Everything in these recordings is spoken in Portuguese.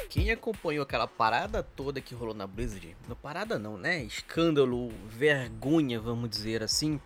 Quem acompanhou aquela parada toda que rolou na Blizzard, não parada não, né? Escândalo, vergonha, vamos dizer assim.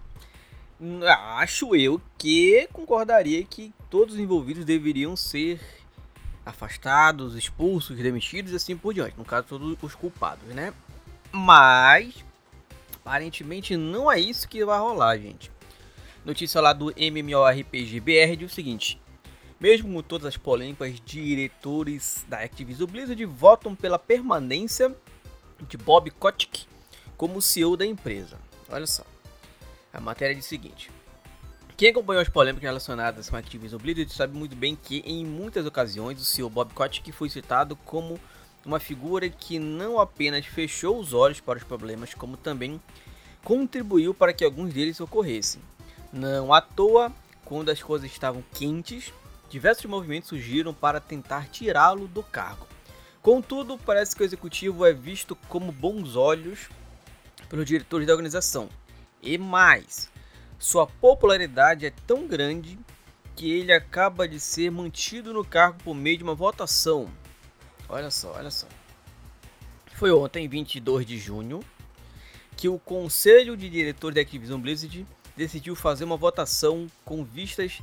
Acho eu que concordaria que todos os envolvidos deveriam ser afastados, expulsos, demitidos e assim por diante. No caso, todos os culpados, né? Mas, aparentemente, não é isso que vai rolar, gente. Notícia lá do MMORPG BR diz o seguinte: mesmo com todas as polêmicas, diretores da Activision Blizzard votam pela permanência de Bob Kotick como CEO da empresa. Olha só, a matéria diz o seguinte: quem acompanhou as polêmicas relacionadas com a Activision Blizzard sabe muito bem que em muitas ocasiões o CEO Bob Kotick foi citado como uma figura que não apenas fechou os olhos para os problemas, como também contribuiu para que alguns deles ocorressem. Não à toa, quando as coisas estavam quentes, diversos movimentos surgiram para tentar tirá-lo do cargo. Contudo, parece que o executivo é visto como bons olhos pelos diretores da organização. E mais, sua popularidade é tão grande que ele acaba de ser mantido no cargo por meio de uma votação. Olha só. Foi ontem, 22 de junho, que o Conselho de Diretores da Activision Blizzard decidiu fazer uma votação com vistas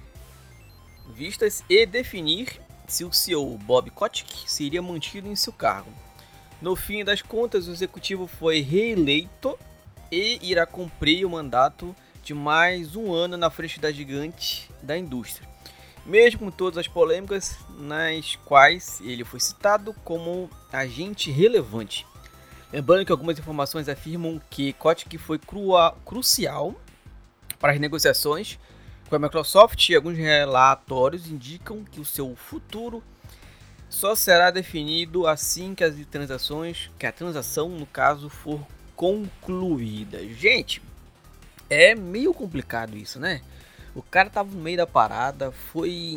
e definir se o CEO Bob Kotick seria mantido em seu cargo. No fim das contas, o executivo foi reeleito e irá cumprir o mandato de mais um ano na frente da gigante da indústria, mesmo com todas as polêmicas nas quais ele foi citado como agente relevante. Lembrando que algumas informações afirmam que Kotick foi crucial para as negociações com a Microsoft, e alguns relatórios indicam que o seu futuro só será definido assim que a transação, no caso, for concluída. Gente, é meio complicado isso, né? O cara tava no meio da parada, foi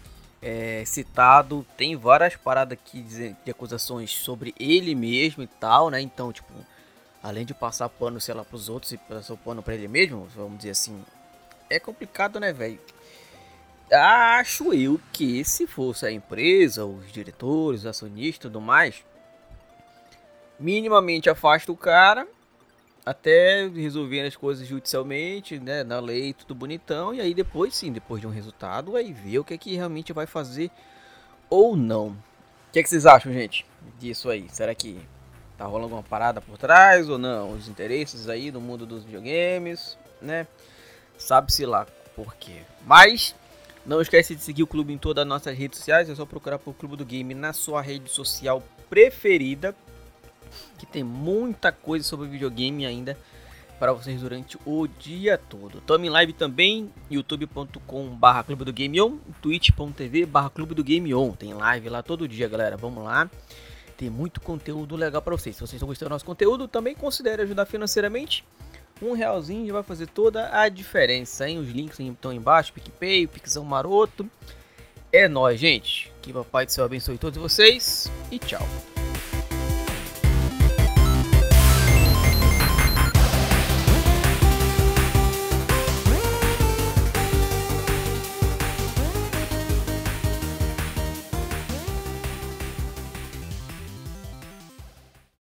citado, tem várias paradas aqui de acusações sobre ele mesmo e tal, né? Então, tipo, além de passar pano, sei lá, pros outros e passar pano pra ele mesmo, vamos dizer assim, é complicado, né, velho? Acho eu que se fosse a empresa, os diretores, os acionistas e tudo mais, minimamente afasta o cara até resolver as coisas judicialmente, né, na lei, tudo bonitão, e aí depois sim, depois de um resultado, aí ver o que é que realmente vai fazer ou não. O que é que vocês acham, gente, disso aí? Será que tá rolando alguma parada por trás ou não? Os interesses aí no mundo dos videogames, né? Sabe-se lá por quê. Mas não esquece de seguir o clube em todas as nossas redes sociais. É só procurar por Clube do Game na sua rede social preferida, que tem muita coisa sobre videogame ainda para vocês durante o dia todo. Estamos em live também, youtube.com/Clube do Game On, twitch.tv/Clube do Game On. Tem live lá todo dia, galera. Vamos lá. Tem muito conteúdo legal para vocês. Se vocês estão gostando do nosso conteúdo, também considere ajudar financeiramente. R$1 já vai fazer toda a diferença, hein? Os links estão embaixo, PicPay, Pixão Maroto. É nóis, gente. Que papai do céu abençoe todos vocês e tchau.